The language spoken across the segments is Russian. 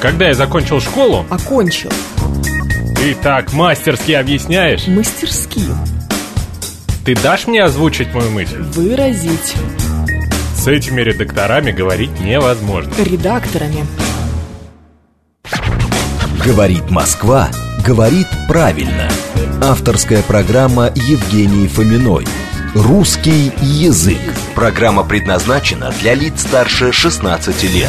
Когда я закончил школу... Окончил. Ты так мастерски объясняешь. Мастерски. Ты дашь мне озвучить мою мысль? Выразить. С этими редакторами говорить невозможно. Редакторами. Говорит Москва, говорит правильно. Авторская программа Евгении Фоминой. Русский язык. Программа предназначена для лиц старше 16 лет.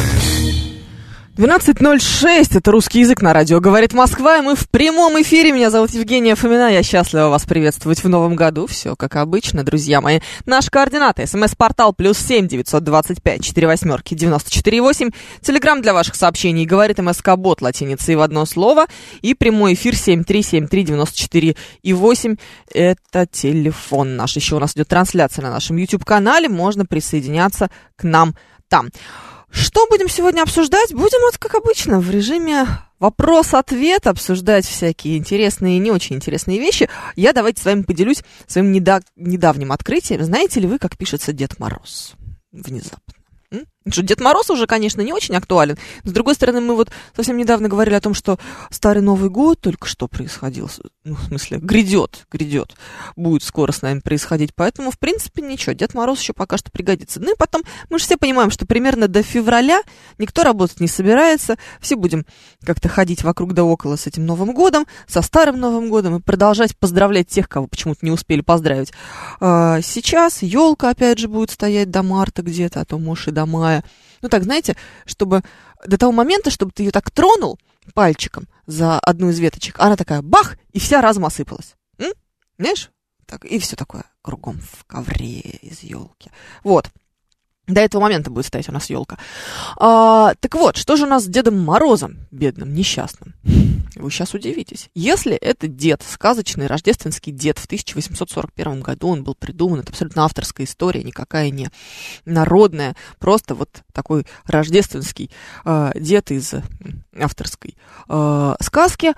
12:06, это «Русский язык» на радио «Говорит Москва», и мы в прямом эфире. Меня зовут Евгения Фомина, я счастлива вас приветствовать в новом году. Все как обычно, друзья мои. Наши координаты: СМС-портал +7 925 48 94 8. Телеграм для ваших сообщений «Говорит МСК-бот» латиницей в одно слово. И прямой эфир 7373 94 8. Это телефон наш. Еще у нас идет трансляция на нашем YouTube-канале. Можно присоединяться к нам там. Что будем сегодня обсуждать? Будем, вот как обычно, в режиме вопрос-ответ, обсуждать всякие интересные и не очень интересные вещи. Я давайте с вами поделюсь своим недавним открытием. Знаете ли вы, как пишется Дед Мороз? Внезапно. Что Дед Мороз уже, конечно, не очень актуален. С другой стороны, мы вот совсем недавно говорили о том, что Старый Новый год только что происходил. Ну, в смысле, грядет. Будет скоро с нами происходить. Поэтому, в принципе, ничего. Дед Мороз еще пока что пригодится. Ну и потом, мы же все понимаем, что примерно до февраля никто работать не собирается. Все будем как-то ходить вокруг да около с этим Новым годом, со Старым Новым годом и продолжать поздравлять тех, кого почему-то не успели поздравить. Сейчас елка опять же будет стоять до марта где-то, а то, может, и до мая. Ну так, знаете, чтобы до того момента, чтобы ты ее так тронул пальчиком за одну из веточек, она такая бах, и вся разом осыпалась. Знаешь? Так, и все такое кругом в ковре из елки. Вот. До этого момента будет стоять у нас елка. Так вот, что же у нас с Дедом Морозом, бедным, несчастным? Вы сейчас удивитесь. Если это дед, сказочный рождественский дед, в 1841 году он был придуман, это абсолютно авторская история, никакая не народная, просто вот такой рождественский дед из авторской сказки,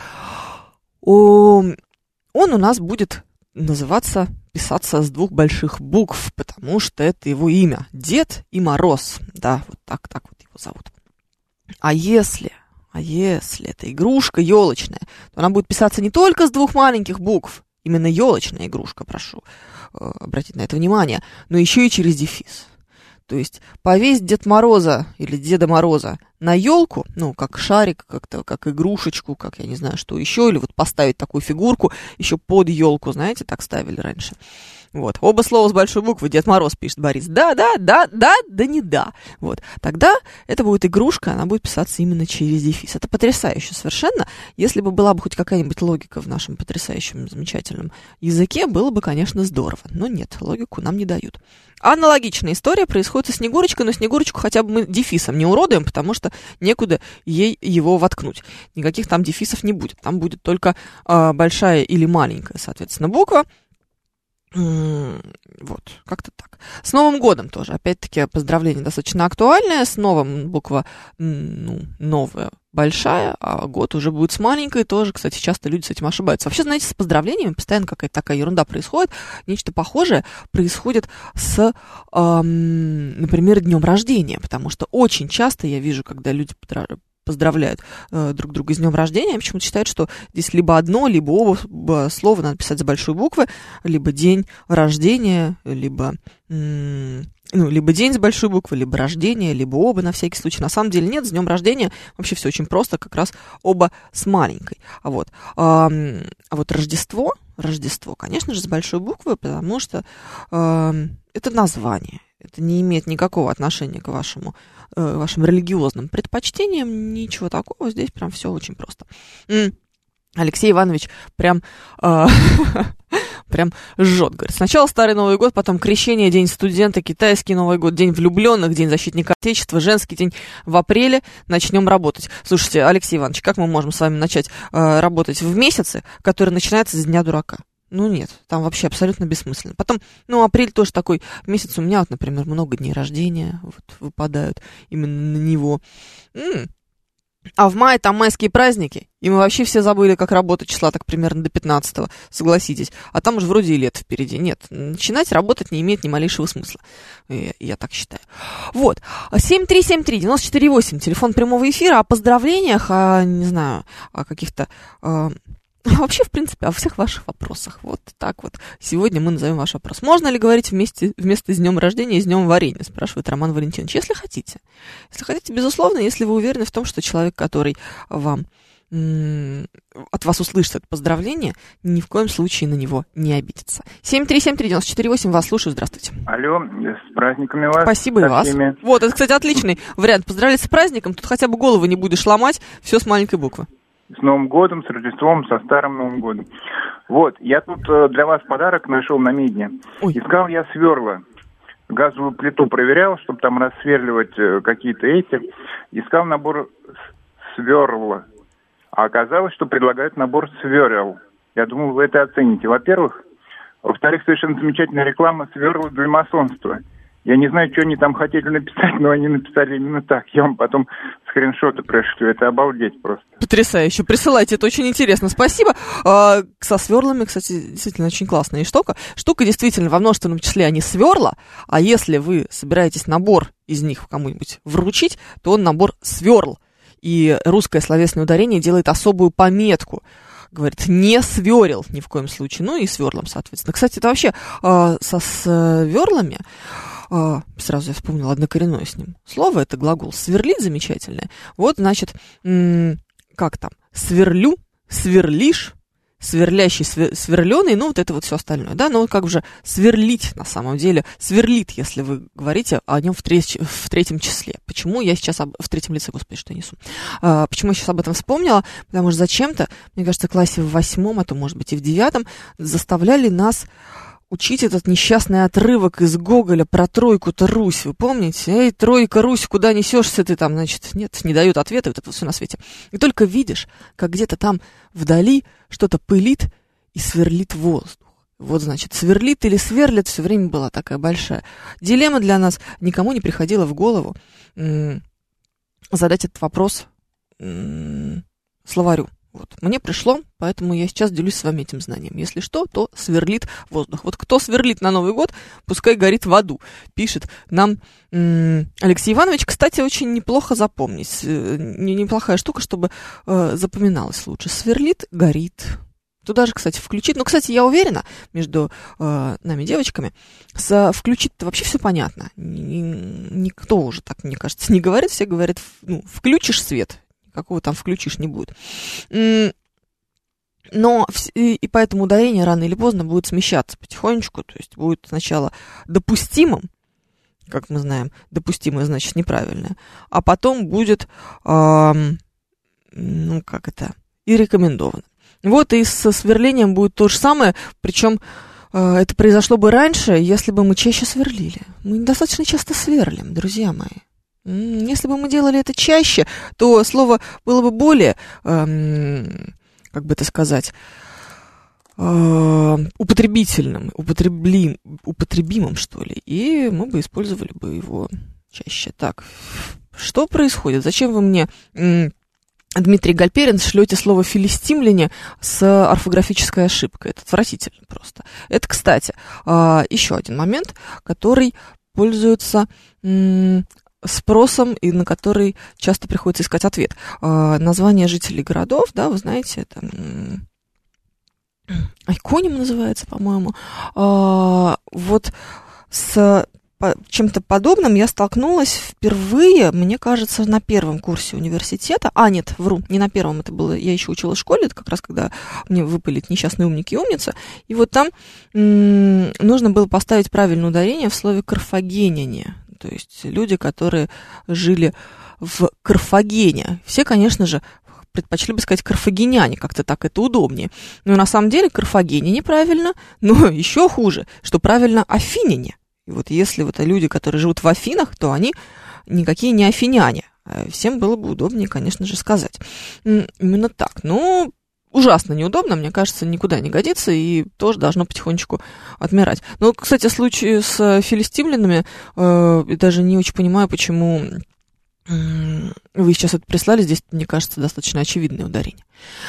он у нас будет писаться с двух больших букв, потому что это его имя. Дед и Мороз. Да, вот так вот его зовут. А если это игрушка елочная, то она будет писаться не только с двух маленьких букв, именно елочная игрушка, прошу обратить на это внимание, но еще и через дефис. То есть повесить Дед Мороза или Деда Мороза на елку, ну, как шарик, как-то, как игрушечку, как я не знаю, что еще, или вот поставить такую фигурку еще под елку, знаете, так ставили раньше. Вот, оба слова с большой буквы, Дед Мороз, пишет Борис. Да, не да. Вот, тогда это будет игрушка, она будет писаться именно через дефис. Это потрясающе совершенно. Если бы была бы хоть какая-нибудь логика в нашем потрясающем, замечательном языке, было бы, конечно, здорово. Но нет, логику нам не дают. Аналогичная история происходит со Снегурочкой, но Снегурочку хотя бы мы дефисом не уродуем, потому что некуда ей его воткнуть. Никаких там дефисов не будет. Там будет только большая или маленькая, соответственно, буква. Вот, как-то так. С Новым годом тоже. Опять-таки, поздравление достаточно актуальное. С новым буква, новая, большая, а год уже будет с маленькой. Тоже, кстати, часто люди с этим ошибаются. Вообще, знаете, с поздравлениями постоянно какая-то такая ерунда происходит. Нечто похожее происходит с, например, днем рождения. Потому что очень часто я вижу, когда люди поздравляют друг друга с днем рождения, они почему-то считают, что здесь либо одно, либо оба слова надо писать за большой буквы, либо день рождения, либо день с большой буквы, либо рождение, либо оба на всякий случай. На самом деле нет, с днем рождения вообще все очень просто, как раз оба с маленькой. А вот Рождество, конечно же, с большой буквы, потому что это название. Это не имеет никакого отношения к вашим религиозным предпочтениям, ничего такого, здесь прям все очень просто. Алексей Иванович прям жжет, говорит. Сначала Старый Новый год, потом Крещение, День студента, Китайский Новый год, День влюбленных, День защитника Отечества, Женский день в апреле. Начнем работать. Слушайте, Алексей Иванович, как мы можем с вами начать работать в месяце, который начинается с Дня дурака? Ну нет, там вообще абсолютно бессмысленно. Потом, апрель тоже такой месяц. У меня, вот, например, много дней рождения выпадают именно на него. А в мае там майские праздники, и мы вообще все забыли, как работать числа так примерно до 15-го, согласитесь. А там уже вроде и лето впереди. Нет, начинать работать не имеет ни малейшего смысла. Я так считаю. Вот. 7373-94-8, телефон прямого эфира. О поздравлениях, не знаю, о каких-то... Вообще, в принципе, о всех ваших вопросах. Вот так вот. Сегодня мы назовем ваш вопрос. Можно ли говорить вместо с днем рождения и с днем варенья, спрашивает Роман Валентинович. Если хотите. Если хотите, безусловно, если вы уверены в том, что человек, который вам от вас услышит это поздравление, ни в коем случае на него не обидится. 7373948, вас слушаю, здравствуйте. Алло, с праздниками вас. Спасибо и вас. Вот, это, кстати, отличный вариант. Поздравлять с праздником, тут хотя бы голову не будешь ломать, все с маленькой буквы. С Новым годом, с Рождеством, со Старым Новым годом. Вот, я тут для вас подарок нашел на Медне. Искал я сверла. Газовую плиту проверял, чтобы там рассверливать какие-то эти. Искал набор сверла. А оказалось, что предлагают набор сверл. Я думал, вы это оцените. Во-первых. Во-вторых, совершенно замечательная реклама сверла для масонства. Я не знаю, что они там хотели написать, но они написали именно так. Я вам потом скриншоты пришлю. Это обалдеть просто. Потрясающе. Присылайте, это очень интересно. Спасибо. Со сверлами, кстати, действительно очень классная штука. Штука действительно во множественном числе, они сверла. А если вы собираетесь набор из них кому-нибудь вручить, то он набор сверл. И русское словесное ударение делает особую пометку. Говорит, не сверил ни в коем случае. Ну и сверлом, соответственно. Кстати, это вообще со сверлами... Сразу я вспомнила однокоренное с ним слово, это глагол сверлить замечательное. Вот, значит, как там? Сверлю, сверлишь, сверлящий, сверленый, ну вот это вот все остальное, да, но как же сверлить на самом деле, сверлит, если вы говорите о нем в третьем числе. Почему я сейчас в третьем лице, господи, что я несу? Почему я сейчас об этом вспомнила? Потому что зачем-то, мне кажется, в классе в 8, а то, может быть, и в 9 заставляли нас учить этот несчастный отрывок из Гоголя про тройку-то Русь. Вы помните? Эй, тройка, Русь, куда несешься ты там? Значит, нет, не дают ответа, вот это вот все на свете. И только видишь, как где-то там вдали что-то пылит и сверлит воздух. Вот, значит, сверлит или сверлит все время была такая большая дилемма для нас. Никому не приходило в голову задать этот вопрос словарю. Вот. Мне пришло, поэтому я сейчас делюсь с вами этим знанием. Если что, то сверлит воздух. Вот кто сверлит на Новый год, пускай горит в аду, пишет нам Алексей Иванович. Кстати, очень неплохо запомнить. Неплохая штука, чтобы запоминалось лучше. Сверлит, горит. Туда же, кстати, включить. Ну, кстати, я уверена, между нами девочками, включить-то вообще все понятно. Никто уже так, мне кажется, не говорит. Все говорят, ну, включишь свет. Какого там включишь, не будет. Но и поэтому ударение рано или поздно будет смещаться потихонечку, то есть будет сначала допустимым, как мы знаем, допустимое значит неправильное, а потом будет, и рекомендовано. Вот и со сверлением будет то же самое, причем это произошло бы раньше, если бы мы чаще сверлили. Мы достаточно часто сверлим, друзья мои. Если бы мы делали это чаще, то слово было бы более, как бы это сказать, употребительным, употребимым, что ли, и мы бы использовали бы его чаще. Так, что происходит? Зачем вы мне, Дмитрий Гальперин, шлете слово «филистимляне» с орфографической ошибкой? Это отвратительно просто. Это, кстати, еще один момент, который пользуется спросом и на который часто приходится искать ответ. Название жителей городов, да, вы знаете, это Айконим называется, по-моему. Вот с чем-то подобным я столкнулась впервые, мне кажется, на первом курсе университета. Нет, вру, не на первом, это было, я еще училась в школе, это как раз когда мне выпали несчастные умники и умницы. И вот там нужно было поставить правильное ударение в слове «карфагеняне». То есть люди, которые жили в Карфагене. Все, конечно же, предпочли бы сказать карфагеняне, как-то так это удобнее. Но на самом деле Карфагене неправильно, но еще хуже, что правильно афиняне. И вот если вот люди, которые живут в Афинах, то они никакие не афиняне. Всем было бы удобнее, конечно же, сказать. Именно так. Но ужасно неудобно, мне кажется, никуда не годится и тоже должно потихонечку отмирать. Но, кстати, случай с филистимлянами, даже не очень понимаю, почему Вы сейчас это прислали, здесь, мне кажется, достаточно очевидное ударение.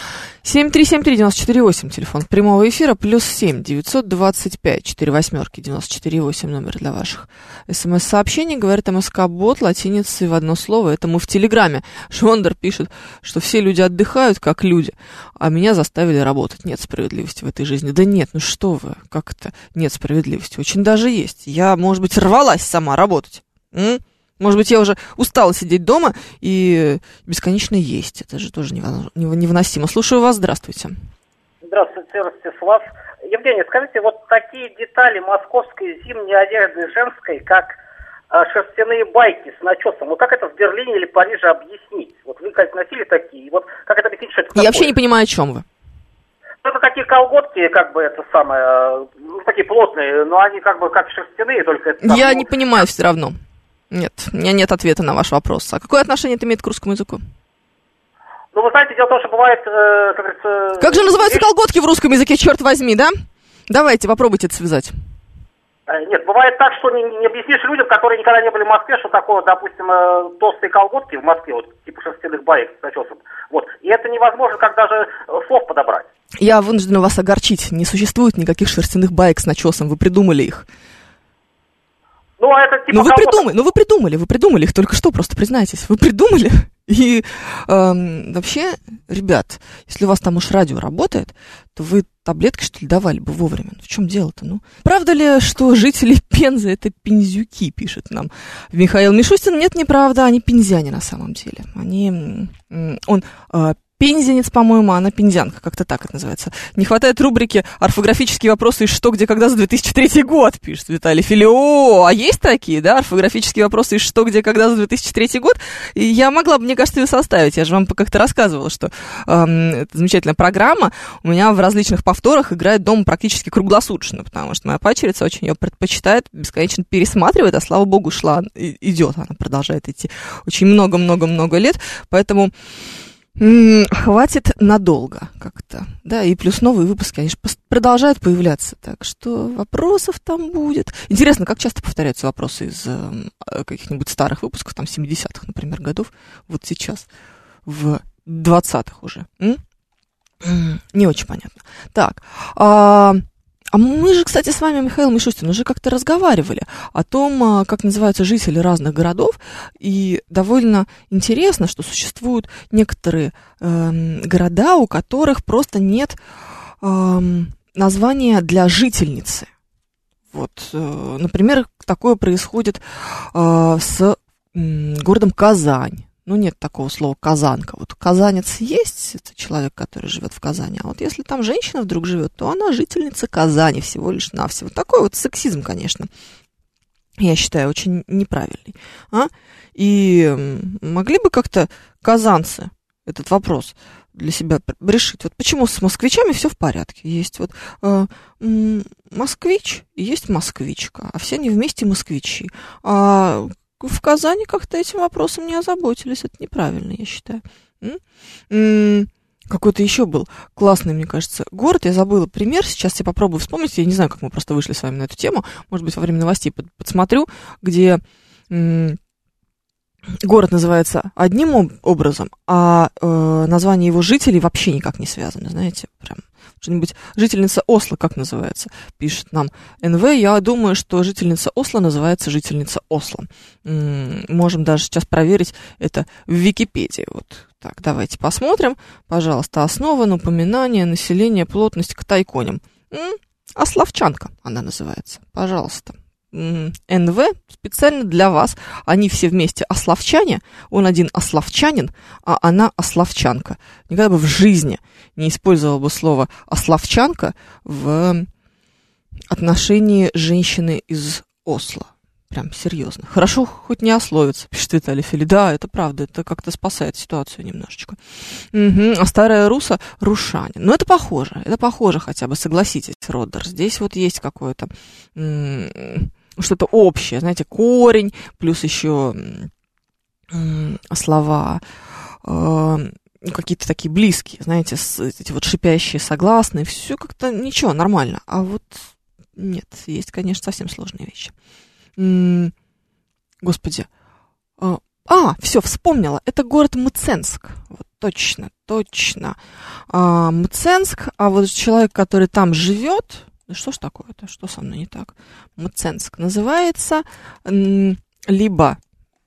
7373948, телефон прямого эфира, +7 925 48 94,8 номер для ваших смс-сообщений. Говорит МСК-бот латиницей в одно слово. Это мы в Телеграме. Швондер пишет, что все люди отдыхают, как люди, а меня заставили работать. Нет справедливости в этой жизни. Да нет, ну что вы, как это нет справедливости? Очень даже есть. Я, может быть, рвалась сама работать. Может быть, я уже устала сидеть дома и бесконечно есть. Это же тоже невыносимо. Слушаю вас, здравствуйте. Здравствуйте, Ростислав. Евгений, скажите, вот такие детали московской зимней одежды женской, как шерстяные байки с начесом, вот как это в Берлине или Париже объяснить? Вот вы как носили такие, вот как это объяснить, что это такое? Я вообще не понимаю, о чем вы. Это такие колготки, как бы это самое, такие плотные, но они как бы как шерстяные, только это... Я не понимаю все равно. Нет, у меня нет ответа на ваш вопрос. А какое отношение это имеет к русскому языку? Ну, вы знаете, дело в том, что бывает, как говорится... Как же называются колготки в русском языке, черт возьми, да? Давайте, попробуйте это связать. Нет, бывает так, что не объяснишь людям, которые никогда не были в Москве, что такое, допустим, толстые колготки в Москве, вот, типа шерстяных баек с начесом. Вот. И это невозможно, как даже слов подобрать. Я вынуждена вас огорчить. Не существует никаких шерстяных баек с начесом. Вы придумали их. Ну, а это типа... вы придумали их только что, просто признайтесь. Вы придумали. И вообще, ребят, если у вас там уж радио работает, то вы таблетки, что ли, давали бы вовремя. В чем дело-то, ну? Правда ли, что жители Пензы — это пензюки, пишет нам Михаил Мишустин? Нет, неправда, они пензяне на самом деле. Он пензенец, по-моему, она пензянка, как-то так это называется. Не хватает рубрики «Орфографические вопросы из «Что, где, когда» за 2003 год», пишет Виталий Филио. А есть такие, да, орфографические вопросы из «Что, где, когда» за 2003 год? И я могла бы, мне кажется, ее составить. Я же вам как-то рассказывала, что эта замечательная программа у меня в различных повторах играет дома практически круглосуточно, потому что моя падчерица очень ее предпочитает, бесконечно пересматривает, а, слава богу, идет, она продолжает идти очень много-много-много лет, поэтому... хватит надолго как-то, да, и плюс новые выпуски, они же продолжают появляться, так что вопросов там будет. Интересно, как часто повторяются вопросы из каких-нибудь старых выпусков, там, 70-х, например, годов, вот сейчас, в 20-х уже. Не очень понятно. Так, а мы же, кстати, с вами, Михаил Мишустин, уже как-то разговаривали о том, как называются жители разных городов, и довольно интересно, что существуют некоторые города, у которых просто нет названия для жительницы. Вот, например, такое происходит с городом Казань. Ну, нет такого слова «казанка». Вот казанец есть, это человек, который живет в Казани, а вот если там женщина вдруг живет, то она жительница Казани всего лишь навсего. Такой вот сексизм, конечно, я считаю, очень неправильный. И могли бы как-то казанцы этот вопрос для себя решить? Вот почему с москвичами все в порядке? Есть вот москвич и есть москвичка, а все они вместе москвичи. В Казани как-то этим вопросом не озаботились. Это неправильно, я считаю. Какой-то еще был классный, мне кажется, город. Я забыла пример. Сейчас я попробую вспомнить. Я не знаю, как мы просто вышли с вами на эту тему. Может быть, во время новостей подсмотрю, где город называется одним образом, а название его жителей вообще никак не связано. Знаете, прям что-нибудь. Жительница Осло как называется? Пишет нам НВ. Я думаю, что жительница Осло называется жительница Осло. Можем даже сейчас проверить это в Википедии. Вот так, давайте посмотрим. Пожалуйста, основа, напоминание, население, плотность к тайконям. Ословчанка она называется. Пожалуйста. НВ специально для вас. Они все вместе ословчане. Он один ословчанин, а она ословчанка. Никогда бы в жизни не использовал бы слово ословчанка в отношении женщины из Осло. Прям серьезно. Хорошо, хоть не ословится, пишет Виталий Фили. Да, это правда, это как-то спасает ситуацию немножечко. А старая руса — рушанин. Ну, это похоже хотя бы, согласитесь, Роддер. Здесь вот есть какое-то что-то общее, знаете, корень, плюс еще слова какие-то такие близкие, знаете, эти вот шипящие согласные, все как-то ничего, нормально. А вот нет, есть, конечно, совсем сложные вещи. Господи, все, вспомнила. Это город Мценск. Вот, точно. Мценск, а вот человек, который там живет... Да что ж такое-то? Что со мной не так? Мценск называется либо...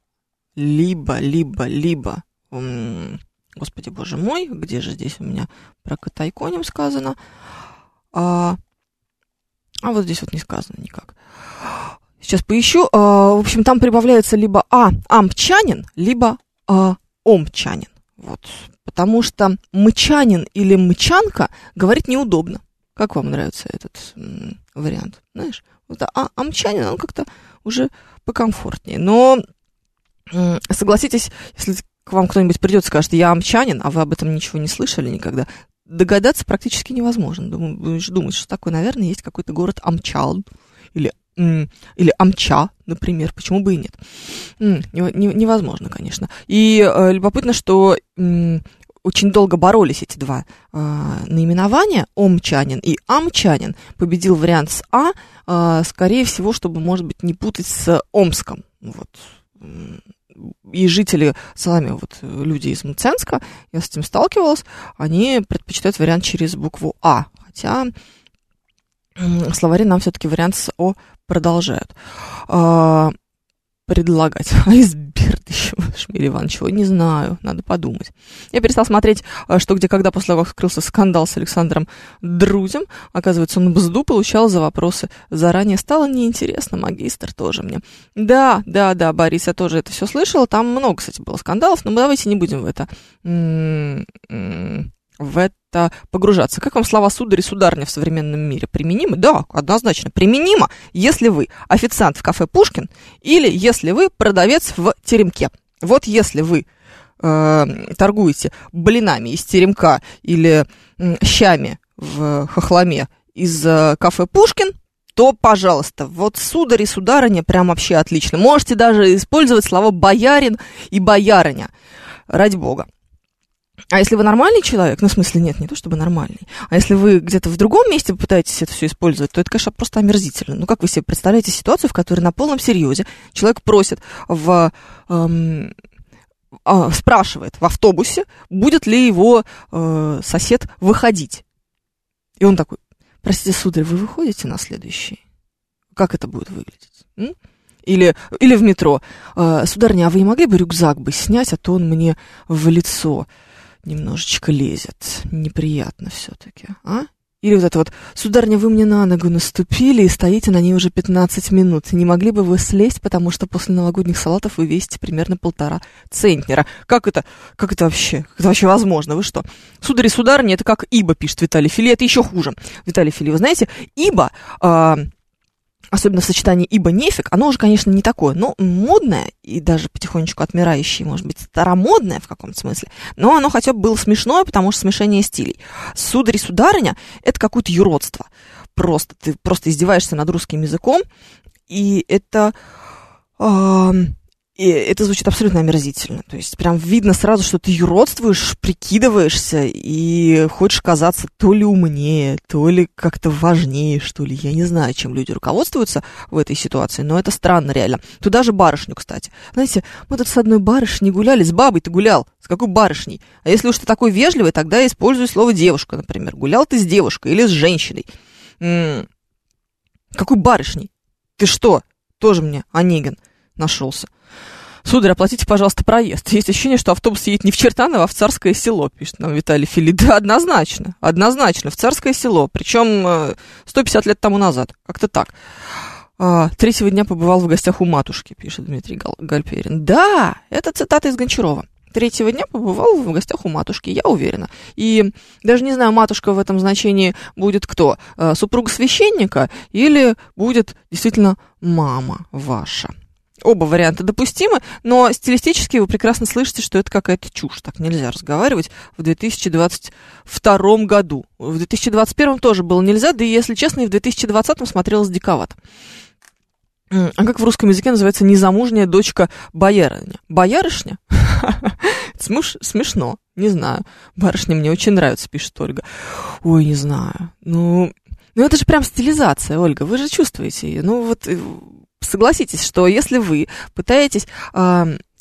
Господи, боже мой, где же здесь у меня про Катайконим сказано? А вот здесь вот не сказано никак. Сейчас поищу. В общем, там прибавляются либо амчанин, либо омчанин. Вот. Потому что мычанин или мычанка говорить неудобно. Как вам нравится этот вариант? Знаешь, вот амчанин, он как-то уже покомфортнее. Но согласитесь, если к вам кто-нибудь придет и скажет, я амчанин, а вы об этом ничего не слышали никогда, догадаться практически невозможно. Думаешь, что такое, наверное, есть какой-то город Амчал или Амча, например, почему бы и нет. Невозможно, конечно. И любопытно, что очень долго боролись эти два наименования, омчанин и амчанин. Победил вариант с скорее всего, чтобы, может быть, не путать с Омском. Вот. И жители сами, вот люди из Мценска, я с этим сталкивалась, они предпочитают вариант через букву А, хотя словари нам все-таки вариант с О продолжают предлагать. А из Бердыщева, Шмель Иванович, не знаю, надо подумать. Я перестала смотреть «Что, где, когда» после того, как скрылся скандал с Александром Друзем. Оказывается, он бзду получал за вопросы заранее. Стало неинтересно, магистр тоже мне. Да, Борис, я тоже это все слышала. Там много, кстати, было скандалов, но мы давайте не будем в это погружаться. Как вам слова сударь и сударня в современном мире? Применимы? Да, однозначно. Применимо, если вы официант в кафе «Пушкин» или если вы продавец в теремке. Вот если вы торгуете блинами из теремка или щами в хохломе из кафе «Пушкин», то, пожалуйста, вот сударь и сударыня прям вообще отлично. Можете даже использовать слова «боярин» и «боярыня». Ради бога. А если вы нормальный человек, ну, в смысле, нет, не то чтобы нормальный, а если вы где-то в другом месте попытаетесь это все использовать, то это, конечно, просто омерзительно. Ну, как вы себе представляете ситуацию, в которой на полном серьезе человек просит спрашивает в автобусе, будет ли его сосед выходить. И он такой: простите, сударь, вы выходите на следующий? Как это будет выглядеть? Или в метро: сударыня, а вы не могли бы рюкзак бы снять, а то он мне в лицо немножечко лезет. Неприятно все-таки, а? Или вот это вот: сударыня, вы мне на ногу наступили и стоите на ней уже 15 минут. Не могли бы вы слезть, потому что после новогодних салатов вы весите примерно 1,5 центнера. Как это вообще? Как это вообще возможно? Вы что? Сударь и сударыня, это как ибо, пишет Виталий Фили. Это еще хуже. Виталий Фили, вы знаете, ибо... особенно в сочетании «ибо нефиг», оно уже, конечно, не такое, но модное и даже потихонечку отмирающее, может быть, старомодное в каком-то смысле, но оно хотя бы было смешное, потому что смешение стилей. Сударь и сударыня – это какое-то юродство. Ты просто издеваешься над русским языком, и это звучит абсолютно омерзительно. То есть прям видно сразу, что ты юродствуешь, прикидываешься и хочешь казаться то ли умнее, то ли как-то важнее, что ли. Я не знаю, чем люди руководствуются в этой ситуации, но это странно реально. Туда же барышню, кстати. Знаете, мы тут с одной барышней гуляли, с бабой ты гулял. С какой барышней? А если уж ты такой вежливый, тогда используй слово «девушка», например. Гулял ты с девушкой или с женщиной. Какой барышней? Ты что? Тоже мне Онегин нашелся. Сударь, оплатите, пожалуйста, проезд. Есть ощущение, что автобус едет не в Чертаново, а в Царское Село, пишет нам Виталий Фили. Да, однозначно, в Царское Село. Причем 150 лет тому назад. Как-то так. 3-го дня побывал в гостях у матушки, пишет Дмитрий Гальперин. Да, это цитата из Гончарова. 3-го дня побывал в гостях у матушки, я уверена. И даже не знаю, матушка в этом значении будет кто? Супруга священника или будет действительно мама ваша? Оба варианта допустимы, но стилистически вы прекрасно слышите, что это какая-то чушь. Так нельзя разговаривать в 2022 году. В 2021 тоже было нельзя, да и, если честно, и в 2020 смотрелось диковато. А как в русском языке называется незамужняя дочка боярыня? Боярышня? Смешно, не знаю. Барышня мне очень нравится, пишет Ольга. Ой, не знаю. Ну это же прям стилизация, Ольга, вы же чувствуете ее. Ну вот... Согласитесь, что если вы пытаетесь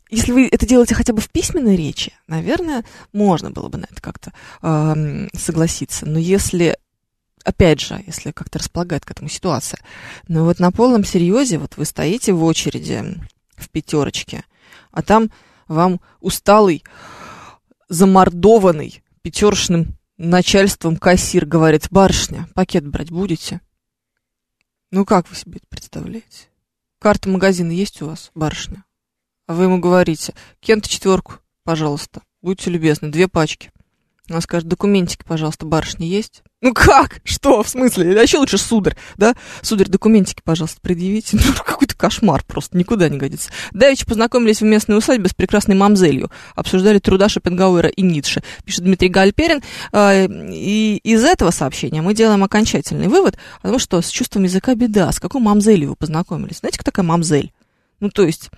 если вы это делаете хотя бы в письменной речи, наверное, можно было бы на это как-то согласиться. Но если, опять же, если как-то располагает к этому ситуация, но вот на полном серьезе, вот вы стоите в очереди в пятерочке, а там вам усталый, замордованный пятерочным начальством кассир говорит: барышня, пакет брать будете? Ну, как вы себе это представляете? Карта магазина есть у вас, барышня? А вы ему говорите: Кента 4, пожалуйста, будьте любезны, 2 пачки. Она скажет: документики, пожалуйста, барышня, есть? Ну как? Что? В смысле? А еще лучше сударь, да? Сударь, документики, пожалуйста, предъявите. Ну, какой-то кошмар просто, никуда не годится. Давеча познакомились в местной усадьбе с прекрасной мамзелью. Обсуждали труда Шопенгауэра и Ницше. Пишет Дмитрий Гальперин. И из этого сообщения мы делаем окончательный вывод о том, что с чувством языка беда. С какой мамзелью вы познакомились? Знаете, кто такая мамзель? Ну, то есть...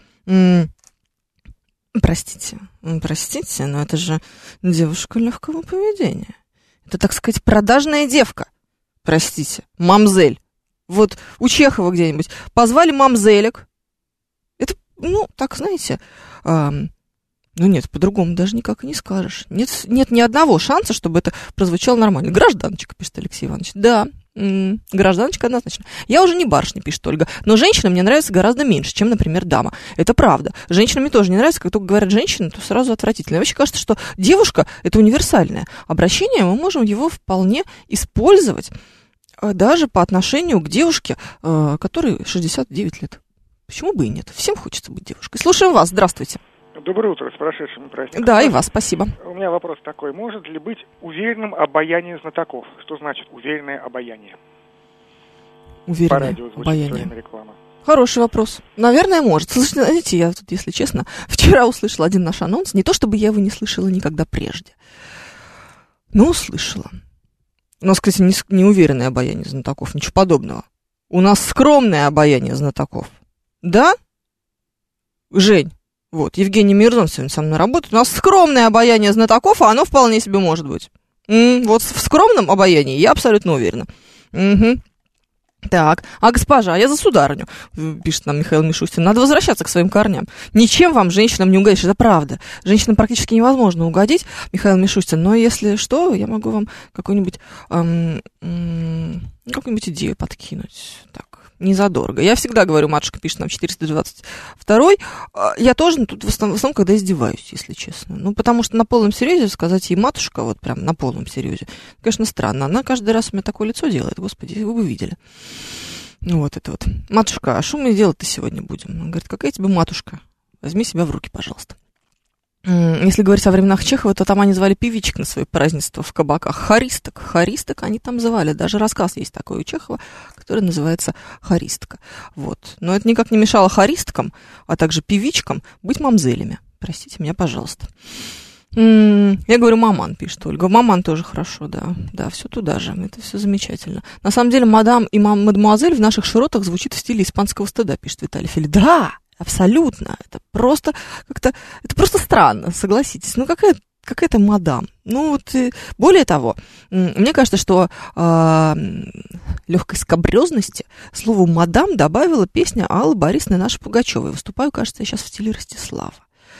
Простите, но это же девушка легкого поведения. Это, так сказать, продажная девка. Простите, мамзель. Вот у Чехова где-нибудь позвали мамзелек. Это, ну, так, знаете, ну нет, по-другому даже никак и не скажешь. Нет ни одного шанса, чтобы это прозвучало нормально. Гражданочка, пишет Алексей Иванович. Да, гражданочка однозначно. Я уже не барышня, пишет Ольга, но женщина мне нравится гораздо меньше, чем, например, дама. Это правда. Женщинам мне тоже не нравится, как только говорят женщина, то сразу отвратительно. Мне вообще кажется, что девушка — это универсальное обращение, мы можем его вполне использовать даже по отношению к девушке, которой 69 лет. Почему бы и нет? Всем хочется быть девушкой. Слушаем вас, здравствуйте. Доброе утро, с прошедшими праздниками. Да, и вас, спасибо. У меня вопрос такой. Может ли быть уверенным обаяние знатоков? Что значит уверенное обаяние? Уверенное по радио звучит обаяние. все время реклама. Хороший вопрос. Наверное, может. Слушайте, знаете, я тут, если честно, вчера услышала один наш анонс. Не то, чтобы я его не слышала никогда прежде. Но услышала. У нас, кстати, не уверенное обаяние знатоков, ничего подобного. У нас скромное обаяние знатоков. Да? Жень? Вот, Евгений Мирзон сегодня со мной работает. У нас скромное обаяние знатоков, а оно вполне себе может быть. Вот в скромном обаянии я абсолютно уверена. Угу. Так, а госпожа, я за сударыню, пишет нам Михаил Мишустин. Надо возвращаться к своим корням. Ничем вам, женщинам, не угодишь, это правда. Женщинам практически невозможно угодить, Михаил Мишустин. Но если что, я могу вам какую-нибудь идею подкинуть. Так. Незадорого. Я всегда говорю, матушка пишет нам 422-й, я тоже тут в основном, когда издеваюсь, если честно. Ну, потому что на полном серьезе сказать ей матушка, вот прям на полном серьезе, конечно, странно. Она каждый раз у меня такое лицо делает, господи, вы бы видели. Ну, вот это вот. Матушка, а что мы делать-то сегодня будем? Она говорит, какая тебе матушка? Возьми себя в руки, пожалуйста. Если говорить о временах Чехова, то там они звали певичек на свои празднества в кабаках. Хористок. Хористок они там звали. Даже рассказ есть такой у Чехова, который называется «Хористка». Вот. Но это никак не мешало хористкам, а также певичкам быть мамзелями. Простите меня, пожалуйста. Я говорю, маман, пишет Ольга. Маман тоже хорошо, да. Да, все туда же. Это все замечательно. На самом деле, мадам и мадемуазель в наших широтах звучит в стиле испанского стыда, пишет Виталий Фили. Да! Абсолютно. Это просто как-то... Это просто странно, согласитесь. Ну, какая-то мадам. Ну, вот, более того, мне кажется, что легкой скабрёзности слову «мадам» добавила песня Аллы Борисовны нашей Пугачевой. Выступаю, кажется, я сейчас в стиле Ростислава.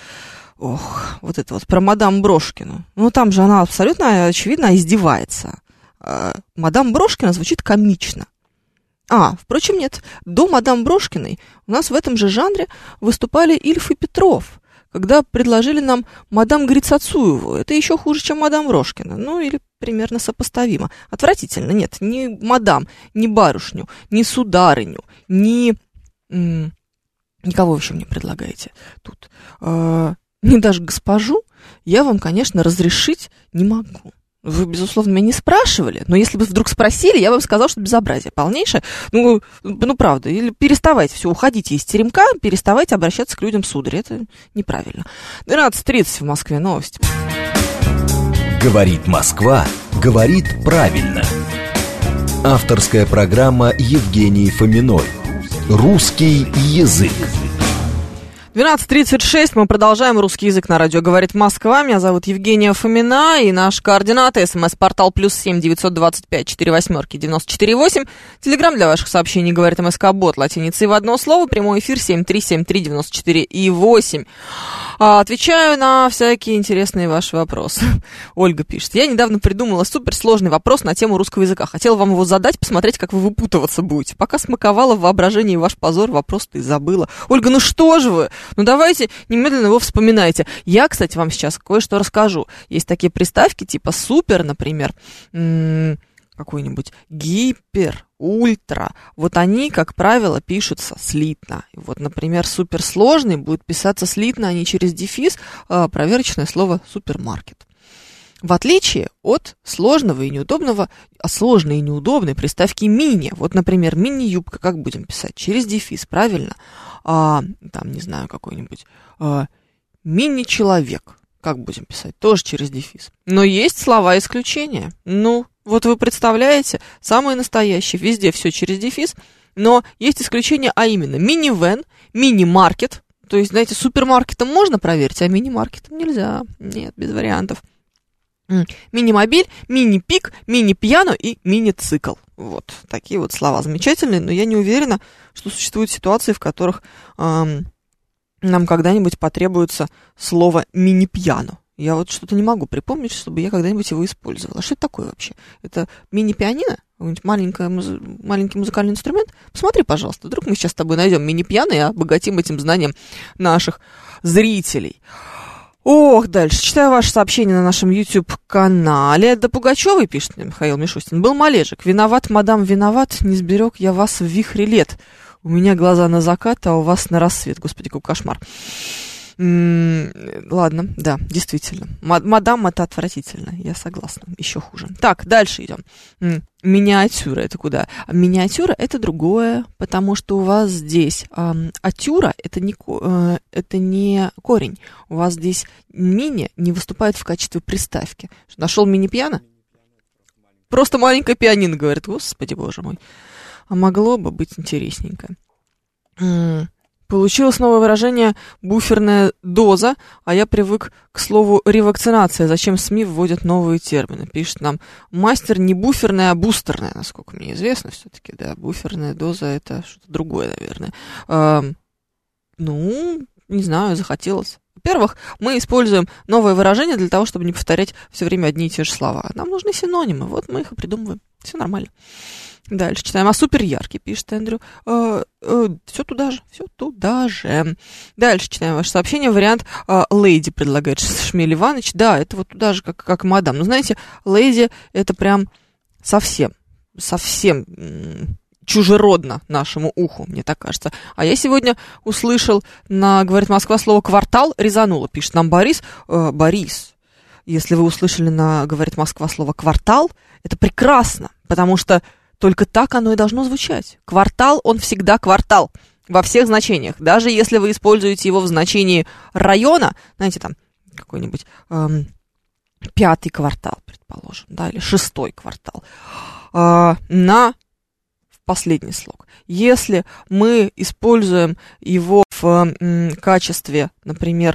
Ох, вот это вот про мадам Брошкину. Ну, там же она абсолютно, очевидно, издевается. Мадам Брошкина звучит комично. Впрочем, нет. До мадам Брошкиной у нас в этом же жанре выступали Ильф и Петров, когда предложили нам мадам Грицацуеву. Это еще хуже, чем мадам Брошкина. Ну, или примерно сопоставимо. Отвратительно. Нет, ни мадам, ни барышню, ни сударыню, ни... Никого еще мне предлагаете тут. Ни даже госпожу я вам, конечно, разрешить не могу. Вы, безусловно, меня не спрашивали, но если бы вдруг спросили, я бы вам сказала, что безобразие полнейшее. Ну, правда, или переставайте все, уходите из теремка, переставайте обращаться к людям сударь. Это неправильно. 12:30 в Москве, новости. Говорит Москва, говорит правильно. Авторская программа Евгении Фоминой. Русский язык. 12:36, мы продолжаем «Русский язык» на радио «Говорит Москва». Меня зовут Евгения Фомина, и наши координаты: СМС-портал +7 925 48 94 8. Телеграм для ваших сообщений «Говорит МСК-бот» латиницей в одно слово. Прямой эфир 7373 94 и 8. Отвечаю на всякие интересные ваши вопросы. Ольга пишет: я недавно придумала суперсложный вопрос на тему русского языка. Хотела вам его задать, посмотреть, как вы выпутываться будете. Пока смаковала в воображении ваш позор, вопрос-то и забыла. Ольга, ну что же вы? Ну давайте немедленно его вспоминайте. Я, кстати, вам сейчас кое-что расскажу. Есть такие приставки типа супер, например, какой-нибудь гипер, ультра. Вот они, как правило, пишутся слитно. Вот, например, суперсложный будет писаться слитно, а не через дефис. Проверочное слово супермаркет. В отличие от сложного и неудобного, сложной и неудобной приставки мини. Вот, например, мини-юбка, как будем писать? Через дефис, правильно? Там, не знаю, какой-нибудь мини-человек. Как будем писать? Тоже через дефис. Но есть слова исключения. Ну, вот вы представляете, самые настоящие. Везде все через дефис. Но есть исключения, а именно мини-вен, мини-маркет. То есть, знаете, супермаркетом можно проверить, а мини-маркетом нельзя. Нет, без вариантов. Мини-мобиль, мини-пик, мини-пьяно и мини-цикл. Вот такие вот слова замечательные, но я не уверена, что существуют ситуации, в которых нам когда-нибудь потребуется слово мини-пьяно. Я вот что-то не могу припомнить, чтобы я когда-нибудь его использовала. Что это такое вообще? Это мини-пианино? Какой-нибудь маленький музыкальный инструмент? Посмотри, пожалуйста, вдруг мы сейчас с тобой найдем мини-пиано и обогатим этим знанием наших зрителей. Ох, дальше. Читаю ваше сообщение на нашем YouTube-канале. Да Пугачевой, пишет Михаил Мишустин, был малежик. Виноват, мадам, виноват, не сберег я вас в вихре лет. У меня глаза на закат, а у вас на рассвет. Господи, какой кошмар. Ладно, да, действительно. Мадам, это отвратительно, я согласна. Еще хуже. Так, дальше идем. Миниатюра, это куда? Миниатюра это другое, потому что у вас здесь атюра это не корень. У вас здесь мини не выступает в качестве приставки. Нашел мини-пиано? Просто маленькое пианино, говорит. Господи, боже мой. А могло бы быть интересненько. Получилось новое выражение «буферная доза», а я привык к слову «ревакцинация». Зачем СМИ вводят новые термины? Пишет нам мастер, не буферная, а бустерная, насколько мне известно все-таки. Да, буферная доза – это что-то другое, наверное. Не знаю, захотелось. Во-первых, мы используем новое выражение для того, чтобы не повторять все время одни и те же слова. Нам нужны синонимы, вот мы их и придумываем. Все нормально. Дальше читаем. А супер яркий, пишет Эндрю. Все туда же. Дальше читаем ваше сообщение. Вариант леди предлагает Шмель Иванович. Да, это вот туда же, как мадам. Но знаете, леди это прям совсем чужеродно нашему уху, мне так кажется. А я сегодня услышал на «Говорит Москва» слово «квартал», резануло, пишет нам Борис. Борис, если вы услышали на «Говорит Москва» слово «квартал», это прекрасно, потому что только так оно и должно звучать. Квартал, он всегда квартал, во всех значениях. Даже если вы используете его в значении района, знаете, там какой-нибудь 5-й квартал, предположим, да, или 6-й квартал, на последний слог. Если мы используем его в качестве, например,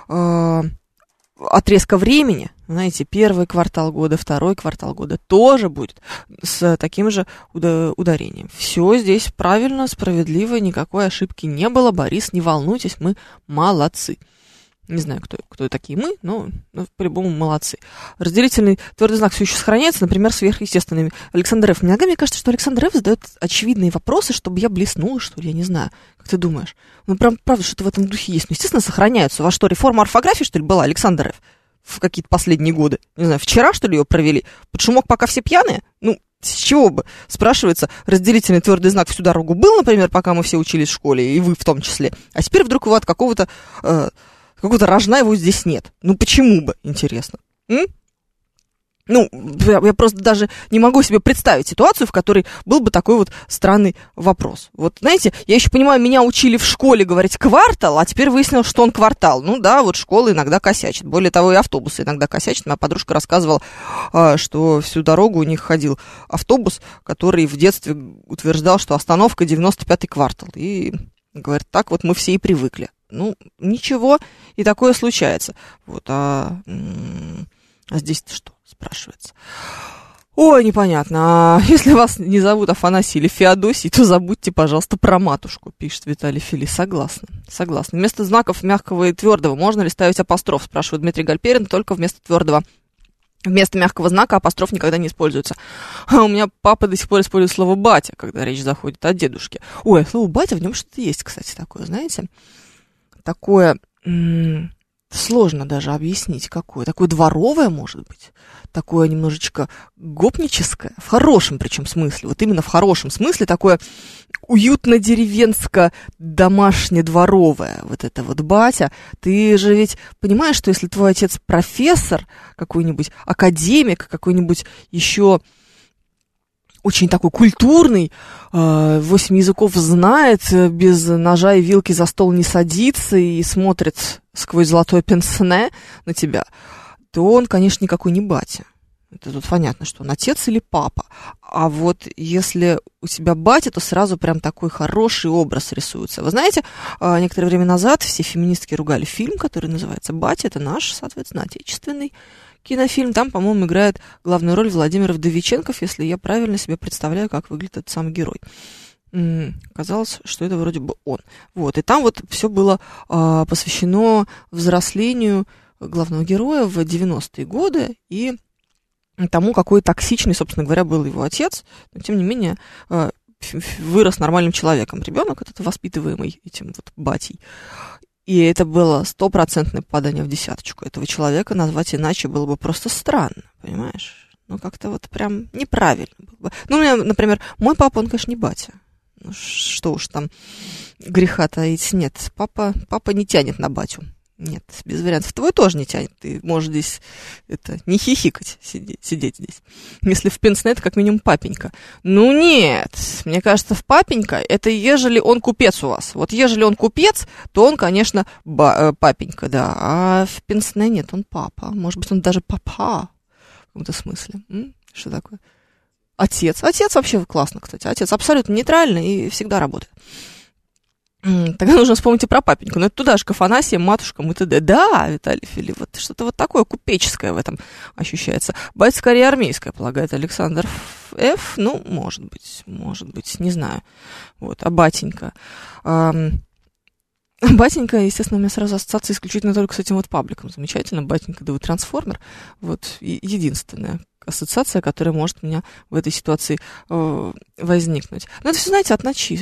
отрезка времени, знаете, 1-й квартал года, 2-й квартал года тоже будет с таким же ударением. Все здесь правильно, справедливо, никакой ошибки не было. Борис, не волнуйтесь, мы молодцы. Не знаю, кто такие мы, но по-любому молодцы. Разделительный твердый знак все еще сохраняется, например, сверхъестественными. Александр Ф. Иногда мне кажется, что Александр Ф. задает очевидные вопросы, чтобы я блеснула, что ли, я не знаю. Как ты думаешь? Ну, правда, что-то в этом духе есть. Ну, естественно, сохраняются. У вас что, реформа орфографии, что ли, была, Александр Ф. в какие-то последние годы? Не знаю, вчера, что ли, ее провели? Под шумок, пока все пьяные? Ну, с чего бы? Спрашивается, разделительный твердый знак всю дорогу был, например, пока мы все учились в школе, и вы в том числе. А теперь вдруг его от какого-то рожна его здесь нет. Ну, почему бы, интересно? Ну, я просто даже не могу себе представить ситуацию, в которой был бы такой вот странный вопрос. Вот, знаете, я еще понимаю, меня учили в школе говорить «квартал», а теперь выяснилось, что он «квартал». Ну да, вот школа иногда косячит. Более того, и автобусы иногда косячат. Моя подружка рассказывала, что всю дорогу у них ходил автобус, который в детстве утверждал, что остановка 95-й квартал. И говорит, так вот мы все и привыкли. Ну, ничего, и такое случается. Вот, а здесь-то что, спрашивается? Ой, непонятно. А если вас не зовут Афанасий или Феодосий, то забудьте, пожалуйста, про матушку, пишет Виталий Фили. Согласна. Вместо знаков мягкого и твердого можно ли ставить апостроф, спрашивает Дмитрий Гальперин, только вместо твердого. Вместо мягкого знака апостроф никогда не используется. А у меня папа до сих пор использует слово «батя», когда речь заходит о дедушке. Ой, слово «батя», в нем что-то есть, кстати, такое, знаете? Такое сложно даже объяснить, какое. Такое дворовое, может быть. Такое немножечко гопническое. В хорошем причем смысле. Вот именно в хорошем смысле такое уютно-деревенско-домашне-дворовое. Вот это вот батя. Ты же ведь понимаешь, что если твой отец профессор, какой-нибудь академик, какой-нибудь еще очень такой культурный, 8 языков знает, без ножа и вилки за стол не садится и смотрит сквозь золотое пенсне на тебя, то он, конечно, никакой не батя. Это тут понятно, что он отец или папа. А вот если у тебя батя, то сразу прям такой хороший образ рисуется. Вы знаете, некоторое время назад все феминистки ругали фильм, который называется «Батя». Это наш, соответственно, отечественный кинофильм. Там, по-моему, играет главную роль Владимир Вдовиченков, если я правильно себе представляю, как выглядит этот самый герой. Казалось, что это вроде бы он. Вот. И там вот все было посвящено взрослению главного героя в 90-е годы и тому, какой токсичный, собственно говоря, был его отец. Но, тем не менее, вырос нормальным человеком. Ребенок этот воспитываемый этим вот батей. И это было 100% попадание в десяточку. Этого человека назвать иначе было бы просто странно, понимаешь? Ну, как-то вот прям неправильно было бы. Ну, у меня, например, мой папа, он, конечно, не батя. Ну, что уж там греха таить. Нет, папа не тянет на батю. Нет, без вариантов. Твой тоже не тянет. Ты можешь здесь не хихикать, сидеть здесь. Если в пенсне, это как минимум папенька. Ну нет, мне кажется, в папенька, это ежели он купец у вас. Вот ежели он купец, то он, конечно, папенька, да. А в пенсне нет, он папа. Может быть, он даже папа в каком-то смысле. Что такое? Отец. Отец вообще классно, кстати. Отец абсолютно нейтральный и всегда работает. Тогда нужно вспомнить и про папеньку. Но это туда же к Афанасиям, матушкам и т.д. Да, Виталий Фили, вот что-то вот такое купеческое в этом ощущается. Батя скорее армейское, полагает Александр Ф. Ну, может быть, не знаю. Вот, а батенька. Батенька, естественно, у меня сразу ассоциация исключительно только с этим вот пабликом. Замечательно, батенька, да вы трансформер. Вот, единственная ассоциация, которая может у меня в этой ситуации возникнуть. Но это все, знаете,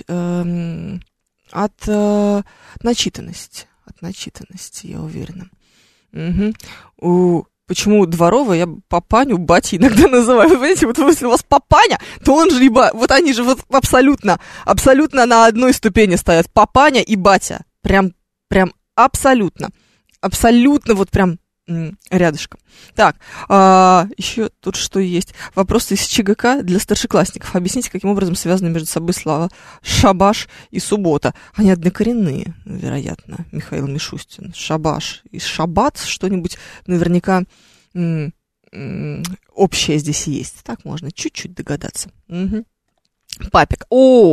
от начитанности, я уверена. Угу. Почему дворовая, я папаню батей иногда называю. Вы понимаете, вот если у вас папаня, то он же либо... Вот они же вот абсолютно на одной ступени стоят. Папаня и батя. Прям абсолютно. Абсолютно вот прям рядышком. Так, еще тут что есть. Вопросы из ЧГК для старшеклассников. Объясните, каким образом связаны между собой слова «шабаш» и «суббота». Они однокоренные, вероятно, Михаил Мишустин. Шабаш и шаббат, что-нибудь наверняка общее здесь есть. Так можно чуть-чуть догадаться. Угу. Папик.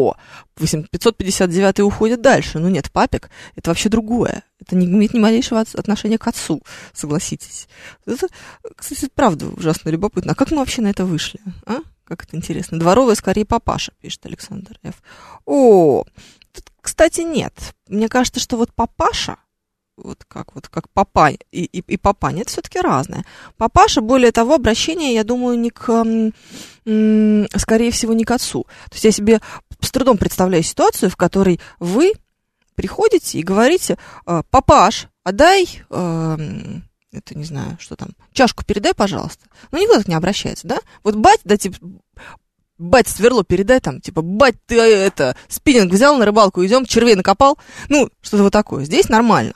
559 уходит дальше. Ну нет, папик — это вообще другое. Это не имеет ни малейшего отношения к отцу, согласитесь. Это, кстати, правда ужасно любопытно. А как мы вообще на это вышли? А? Как это интересно. Дворовая скорее папаша, пишет Александр Ф. Тут, кстати, нет. Мне кажется, что вот папаша, вот как папа и папаня, это все-таки разное. Папаша, более того, обращение, я думаю, скорее всего, не к отцу. То есть я себе с трудом представляю ситуацию, в которой вы приходите и говорите: папаш, отдай, это не знаю, что там, чашку передай, пожалуйста. Ну, никто так не обращается, да? Вот бать, да, типа, бать, сверло передай, там, типа, бать, ты спиннинг взял на рыбалку, идем, червей накопал. Ну, что-то вот такое. Здесь нормально.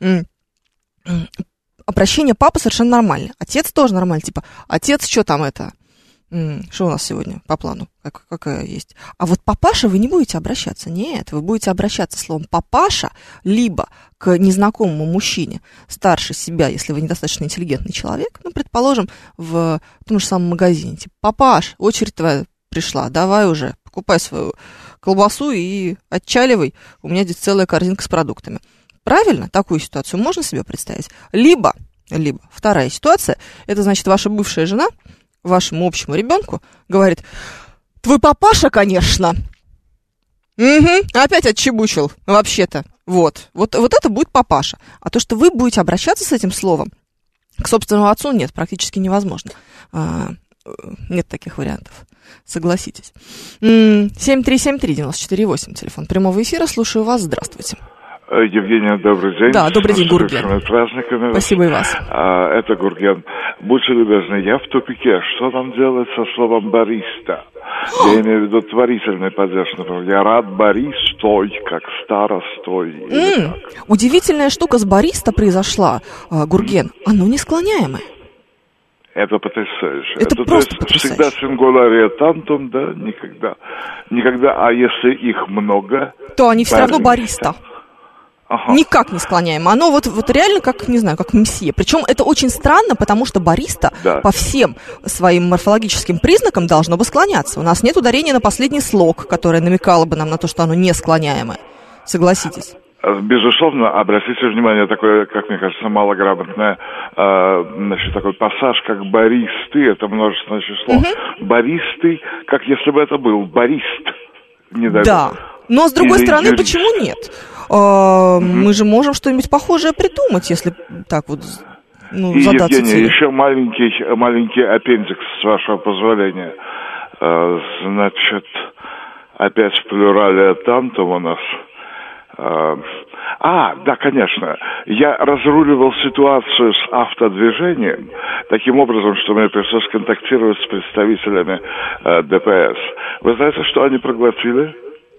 Обращение папы совершенно нормально. Отец тоже нормально. Типа, отец, что там что у нас сегодня по плану? Какая есть? А вот папаша вы не будете обращаться. Нет, вы будете обращаться словом папаша либо к незнакомому мужчине старше себя, если вы недостаточно интеллигентный человек, ну, предположим, в том же самом магазине. Типа, папаш, очередь твоя пришла, давай уже, покупай свою колбасу и отчаливай. У меня здесь целая корзинка с продуктами. Правильно? Такую ситуацию можно себе представить? Либо вторая ситуация, это значит, ваша бывшая жена вашему общему ребенку говорит: твой папаша, конечно, опять отчебучил, вообще-то. Вот это будет папаша. А то, что вы будете обращаться с этим словом к собственному отцу, нет, практически невозможно. Нет таких вариантов, согласитесь. 7373948, телефон прямого эфира, слушаю вас, здравствуйте. Евгения, добрый день. Да, добрый день, Гурген. Праздниками. Спасибо и вас. Это Гурген. Будьте любезны, я в тупике. Что нам делать со словом «бариста»? Я имею в виду творительный падеж, например. Я рад баристой, как старостой. Удивительная штука с бариста произошла, Гурген. Оно не склоняемое. Это потрясающе. Это просто потрясающе. Всегда сингулария тантум, да? Никогда. А если их много? То они все равно бариста. Ага. Никак не склоняемо. Оно вот реально как, не знаю, как месье. Причем это очень странно, потому что бариста по всем своим морфологическим признакам должно бы склоняться. У нас нет ударения на последний слог, которое намекало бы нам на то, что оно не склоняемое. Согласитесь? Безусловно, обратите внимание, такое, как мне кажется, малограмотное, такой пассаж, как баристы, это множественное число. Баристы, как если бы это был барист. Да, но с другой стороны, почему нет? Мы же можем что-нибудь похожее придумать, если так вот задаться Евгения, целью. еще маленький аппендикс, с вашего позволения. Значит, опять в плюрале тантум у нас. Да, конечно. Я разруливал ситуацию с автодвижением таким образом, что мне пришлось контактировать с представителями ДПС. Вы знаете, что они проглотили?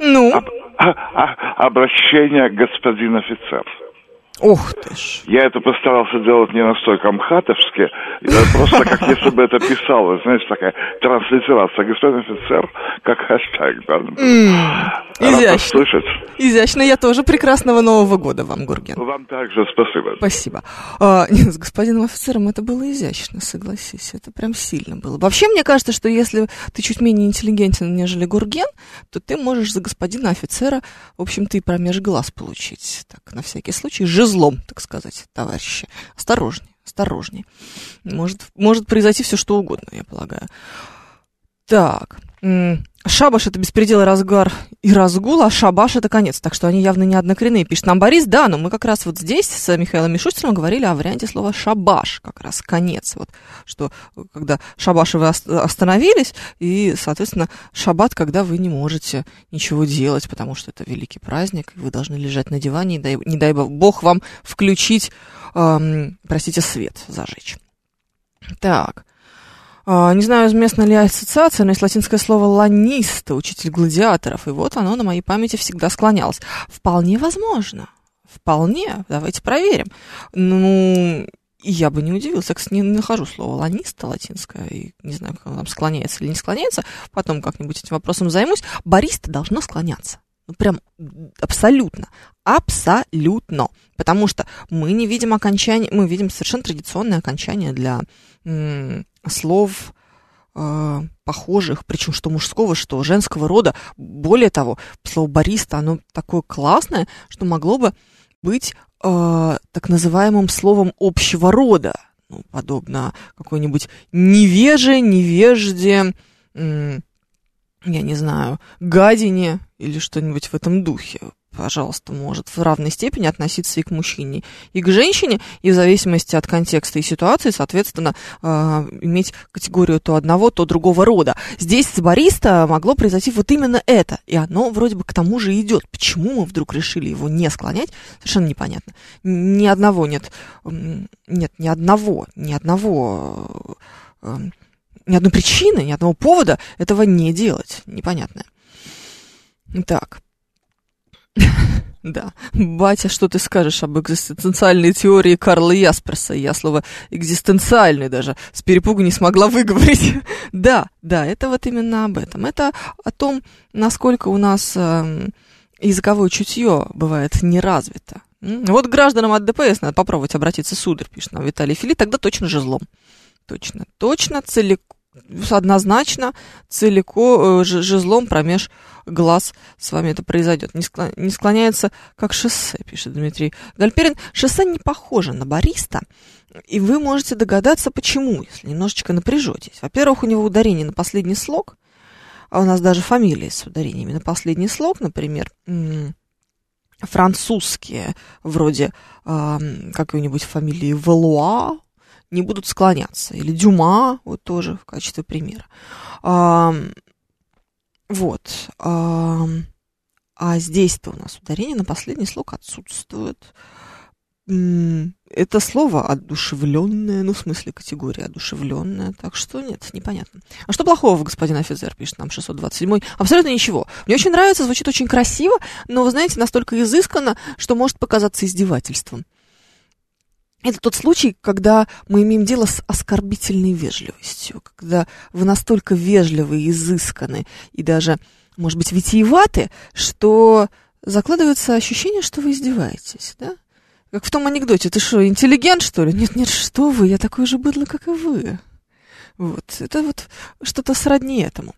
Обращение господин офицер. Ух ты ж. Я это постарался делать не настолько мхатовски, просто как если бы это писалось, знаете, такая транслитерация. Господин офицер, как хэштег, да. Изящно. Изящно. Я тоже. Прекрасного Нового года вам, Гурген. Вам также спасибо. Спасибо. Нет, с господином офицером это было изящно, согласись. Это прям сильно было. Вообще, мне кажется, что если ты чуть менее интеллигентен, нежели Гурген, то ты можешь за господина офицера, в общем-то, и промеж глаз получить. Так, на всякий случай, жезлом, так сказать, товарищи. Осторожнее. Может произойти все, что угодно, я полагаю. Так. Шабаш — это беспредел, разгар и разгул, а шабаш — это конец. Так что они явно не однокоренные. Пишет нам Борис. Да, но мы как раз вот здесь с Михаилом Мишустиным говорили о варианте слова шабаш, как раз конец. Вот, что когда шабаши вы остановились, и, соответственно, шаббат, когда вы не можете ничего делать, потому что это великий праздник, и вы должны лежать на диване, и не дай бог вам включить, свет зажечь. Так. Не знаю, известна ли ассоциация, но есть латинское слово «ланиста», учитель гладиаторов, и вот оно на моей памяти всегда склонялось. Вполне возможно. Вполне. Давайте проверим. Я бы не удивилась, я, кстати, не нахожу слово «ланиста» латинское, и не знаю, как оно там склоняется или не склоняется, потом как-нибудь этим вопросом займусь. Бариста должно склоняться. Прям абсолютно. Абсолютно. Потому что мы не видим окончания, мы видим совершенно традиционное окончание для слов похожих, причем что мужского, что женского рода. Более того, слово бариста, оно такое классное, что могло бы быть так называемым словом общего рода. Подобно какой-нибудь невежде, я не знаю, гадине или что-нибудь в этом духе. Пожалуйста, может в равной степени относиться и к мужчине, и к женщине, и в зависимости от контекста и ситуации, соответственно, иметь категорию то одного, то другого рода. Здесь с бариста могло произойти вот именно это, и оно вроде бы к тому же идет. Почему мы вдруг решили его не склонять, совершенно непонятно. Ни одной причины, ни одного повода этого не делать. Непонятно. Так. Да. Батя, что ты скажешь об экзистенциальной теории Карла Ясперса? Я слово «экзистенциальный» даже с перепугу не смогла выговорить. Да, это вот именно об этом. Это о том, насколько у нас языковое чутье бывает неразвито. Вот гражданам от ДПС надо попробовать обратиться, сударь, пишет нам Виталий Фили, тогда точно жезлом. Точно, однозначно целиком жезлом промеж глаз с вами это произойдет. Не склоняется как шоссе, пишет Дмитрий Гальперин. Шоссе не похоже на бариста, и вы можете догадаться, почему, если немножечко напряжетесь. Во-первых, у него ударение на последний слог, а у нас даже фамилии с ударениями на последний слог, например, французские, вроде какой-нибудь фамилии Валуа, не будут склоняться. Или Дюма, вот тоже в качестве примера. Вот. А здесь-то у нас ударение на последний слог отсутствует. Это слово одушевленное, ну, в смысле категории одушевленное, так что нет, непонятно. А что плохого, господин офицер, пишет нам 627-й? Абсолютно ничего. Мне очень нравится, звучит очень красиво, но, вы знаете, настолько изысканно, что может показаться издевательством. Это тот случай, когда мы имеем дело с оскорбительной вежливостью, когда вы настолько вежливы, изысканы и даже, может быть, витиеваты, что закладывается ощущение, что вы издеваетесь, да? Как в том анекдоте, ты что, интеллигент, что ли? Нет, что вы, я такой же быдло, как и вы. Вот, это вот что-то сродни этому.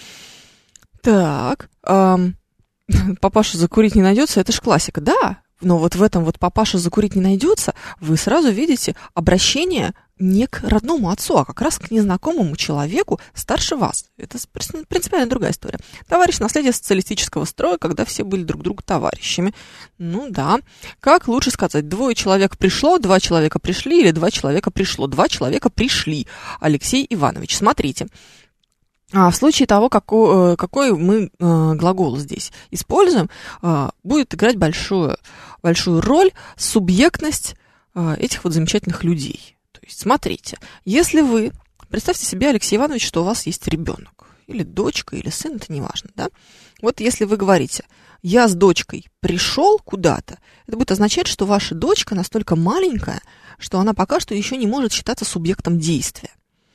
Так, папаша закурить не найдется, это ж классика, да? Но вот в этом вот папаша закурить не найдется, вы сразу видите обращение не к родному отцу, а как раз к незнакомому человеку старше вас. Это принципиально другая история. Товарищ — наследие социалистического строя, когда все были друг другу товарищами. Ну да. Как лучше сказать? 2 человек пришло, 2 человека пришли или 2 человека пришло? 2 человека пришли. Алексей Иванович, смотрите. В случае того, какой мы глагол здесь используем, будет играть большую роль субъектность этих вот замечательных людей. То есть, смотрите, если вы, представьте себе, Алексей Иванович, что у вас есть ребенок, или дочка, или сын, это не важно, да? Вот если вы говорите, я с дочкой пришел куда-то, это будет означать, что ваша дочка настолько маленькая, что она пока что еще не может считаться субъектом действия.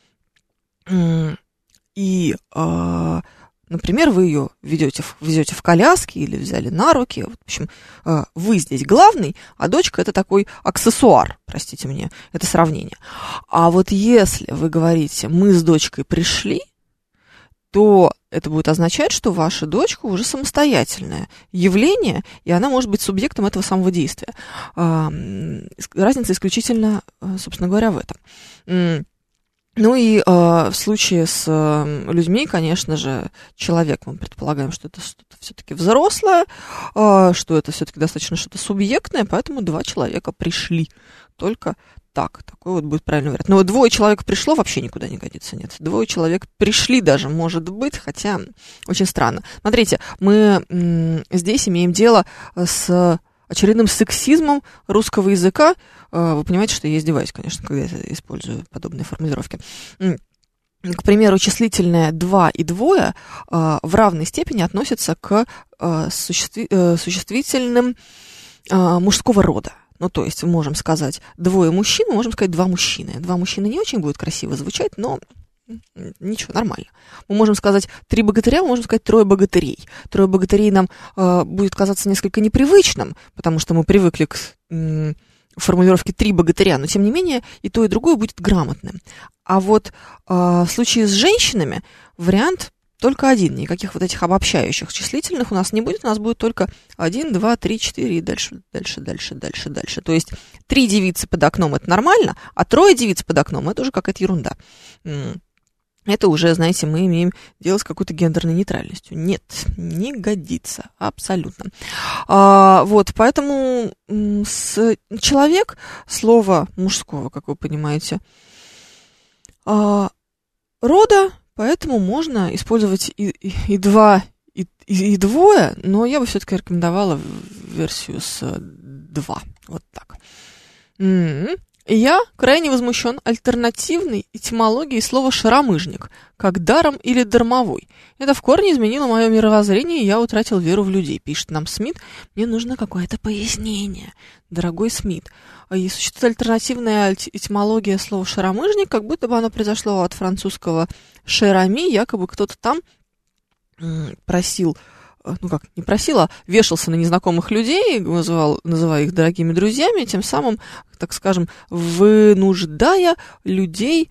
И, например, вы ее везете в коляске или взяли на руки. В общем, вы здесь главный, а дочка — это такой аксессуар, простите мне, это сравнение. А вот если вы говорите «мы с дочкой пришли», то это будет означать, что ваша дочка уже самостоятельное явление, и она может быть субъектом этого самого действия. Разница исключительно, собственно говоря, в этом. Ну и в случае с людьми, конечно же, человек, мы предполагаем, что это что-то все-таки взрослое, что это все-таки достаточно что-то субъектное, поэтому 2 человека пришли. Только так, такой вот будет правильный вариант. Но вот 2 человек пришло, вообще никуда не годится, нет. 2 человек пришли даже, может быть, хотя очень странно. Смотрите, мы здесь имеем дело с очередным сексизмом русского языка. Вы понимаете, что я издеваюсь, конечно, когда я использую подобные формулировки. К примеру, числительное 2 и 2 в равной степени относятся к существительным мужского рода. Ну, то есть, мы можем сказать 2 мужчин, мы можем сказать 2 мужчины. 2 мужчины не очень будет красиво звучать, но ничего, нормально. Мы можем сказать 3 богатыря, мы можем сказать 3 богатырей. 3 богатырей нам будет казаться несколько непривычным, потому что мы привыкли к формулировке 3 богатыря, но тем не менее и то, и другое будет грамотным. А вот в случае с женщинами вариант только один, никаких вот этих обобщающих числительных у нас не будет, у нас будет только 1, 2, 3, 4 и дальше. То есть 3 девицы под окном — это нормально, а 3 девиц под окном — это уже какая-то ерунда. Это уже, знаете, мы имеем дело с какой-то гендерной нейтральностью. Нет, не годится, абсолютно. Вот, поэтому человек, слово мужского, как вы понимаете, рода, поэтому можно использовать и 2, и 2, но я бы все-таки рекомендовала версию с 2. Вот так. Я крайне возмущен альтернативной этимологией слова «шаромыжник», как даром или дармовой. Это в корне изменило мое мировоззрение, и я утратил веру в людей, пишет нам Смит. Мне нужно какое-то пояснение, дорогой Смит. И существует альтернативная этимология слова «шаромыжник», как будто бы оно произошло от французского «шерами», якобы кто-то там просил... Ну как, не просил, а вешался на незнакомых людей, называя их дорогими друзьями, тем самым, так скажем, вынуждая людей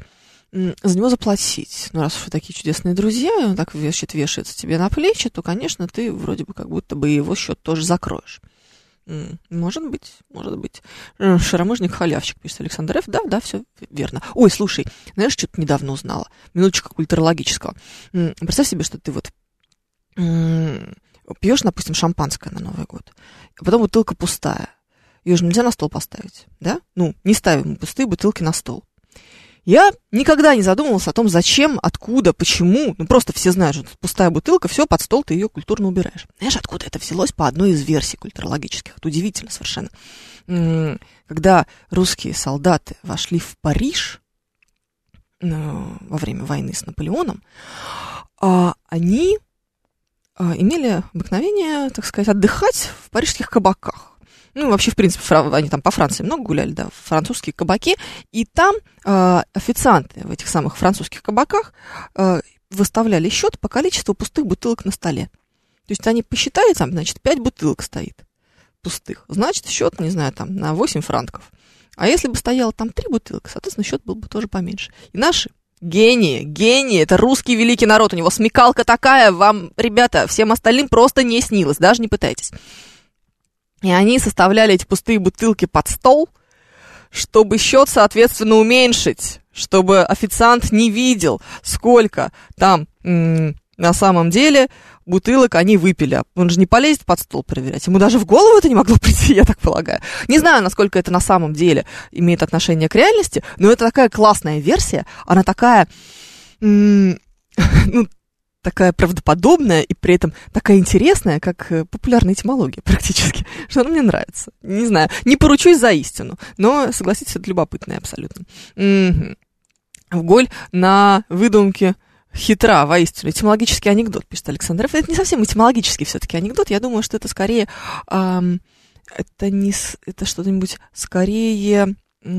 за него заплатить. Ну, раз уж вы такие чудесные друзья, и он так, значит, вешается тебе на плечи, то, конечно, ты вроде бы как будто бы его счет тоже закроешь. Может быть. Шаромыжник-халявщик, пишет Александр Ф. Да, все верно. Ой, слушай, знаешь, что-то недавно узнала. Минуточка культурологического. Представь себе, что ты вот пьешь, допустим, шампанское на Новый год, а потом бутылка пустая. Ее же нельзя на стол поставить, да? Ну, не ставим пустые бутылки на стол. Я никогда не задумывалась о том, зачем, откуда, почему. Ну, просто все знают, что пустая бутылка, все, под стол ты ее культурно убираешь. Знаешь, откуда это взялось? По одной из версий культурологических. Это удивительно совершенно. Когда русские солдаты вошли в Париж во время войны с Наполеоном, они имели обыкновение, так сказать, отдыхать в парижских кабаках. Ну, вообще, в принципе, они там по Франции много гуляли, да, французские кабаки, и там официанты в этих самых французских кабаках выставляли счет по количеству пустых бутылок на столе. То есть они посчитали, там, значит, 5 бутылок стоит пустых, значит, счет, не знаю, там, на 8 франков. А если бы стояло там 3 бутылки, соответственно, счет был бы тоже поменьше. И наши гении, это русский великий народ, у него смекалка такая, вам, ребята, всем остальным просто не снилось, даже не пытайтесь. И они составляли эти пустые бутылки под стол, чтобы счет, соответственно, уменьшить, чтобы официант не видел, сколько там на самом деле бутылок они выпили. Он же не полезет под стол проверять. Ему даже в голову это не могло прийти, я так полагаю. Не знаю, насколько это на самом деле имеет отношение к реальности, но это такая классная версия. Она такая, такая правдоподобная и при этом такая интересная, как популярная этимология практически, что она мне нравится. Не знаю, не поручусь за истину, но, согласитесь, это любопытно абсолютно. Гоголь на выдумке хитра, воистину. Этимологический анекдот, пишет Александр Ф. Это не совсем этимологический все-таки анекдот, я думаю, что это скорее, это что-нибудь скорее...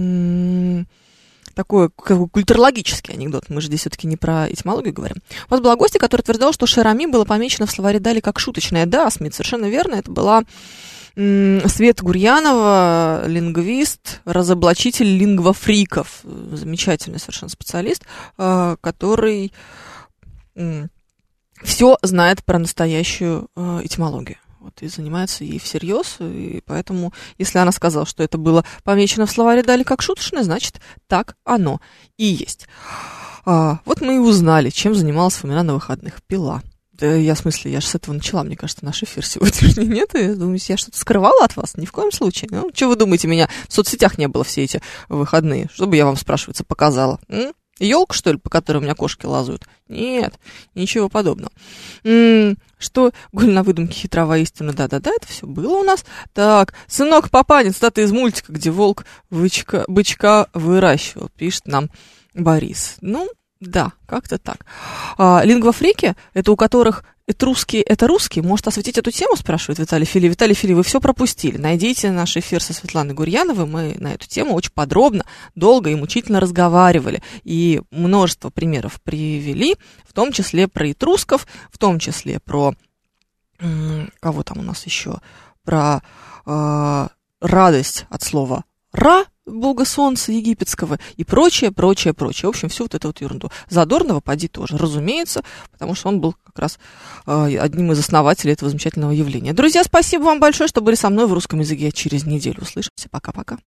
такой культурологический анекдот. Мы же здесь все-таки не про этимологию говорим. У вас была гостья, которая утверждала, что Шерами было помечено в словаре Дали как шуточное. Да, Смит, совершенно верно. Это была Света Гурьянова, лингвист, разоблачитель лингвофриков. Замечательный совершенно специалист, который все знает про настоящую этимологию. Вот, и занимается ей всерьез, и поэтому, если она сказала, что это было помечено в словаре Дали как шуточное, значит, так оно и есть. Вот мы и узнали, чем занималась Фомина на выходных. Пила. Да, я же с этого начала, мне кажется, наш эфир сегодняшний. Нет, я думаю, я что-то скрывала от вас? Ни в коем случае. Ну, что вы думаете, меня в соцсетях не было все эти выходные? Чтобы я вам, спрашивается, показала? Ёлка, что ли, по которой у меня кошки лазают? Нет, ничего подобного. Что Голь на выдумке хитра воистину, да, это все было у нас. Так, сынок Папанин, цитата из мультика, где волк бычка выращивал, пишет нам Борис. Ну, да, как-то так. Лингвофрики, это у которых этрусские, это русские, может осветить эту тему, спрашивает Виталий Фили. Виталий Фили, вы все пропустили. Найдите наш эфир со Светланой Гурьяновой. Мы на эту тему очень подробно, долго и мучительно разговаривали. И множество примеров привели, в том числе про этрусков, в том числе про... Кого там у нас еще? Про радость от слова «ра», бога солнца египетского и прочее. В общем, всю вот эту вот ерунду. Задорнова поди тоже, разумеется, потому что он был как раз одним из основателей этого замечательного явления. Друзья, спасибо вам большое, что были со мной в русском языке. Через неделю услышимся. Пока-пока.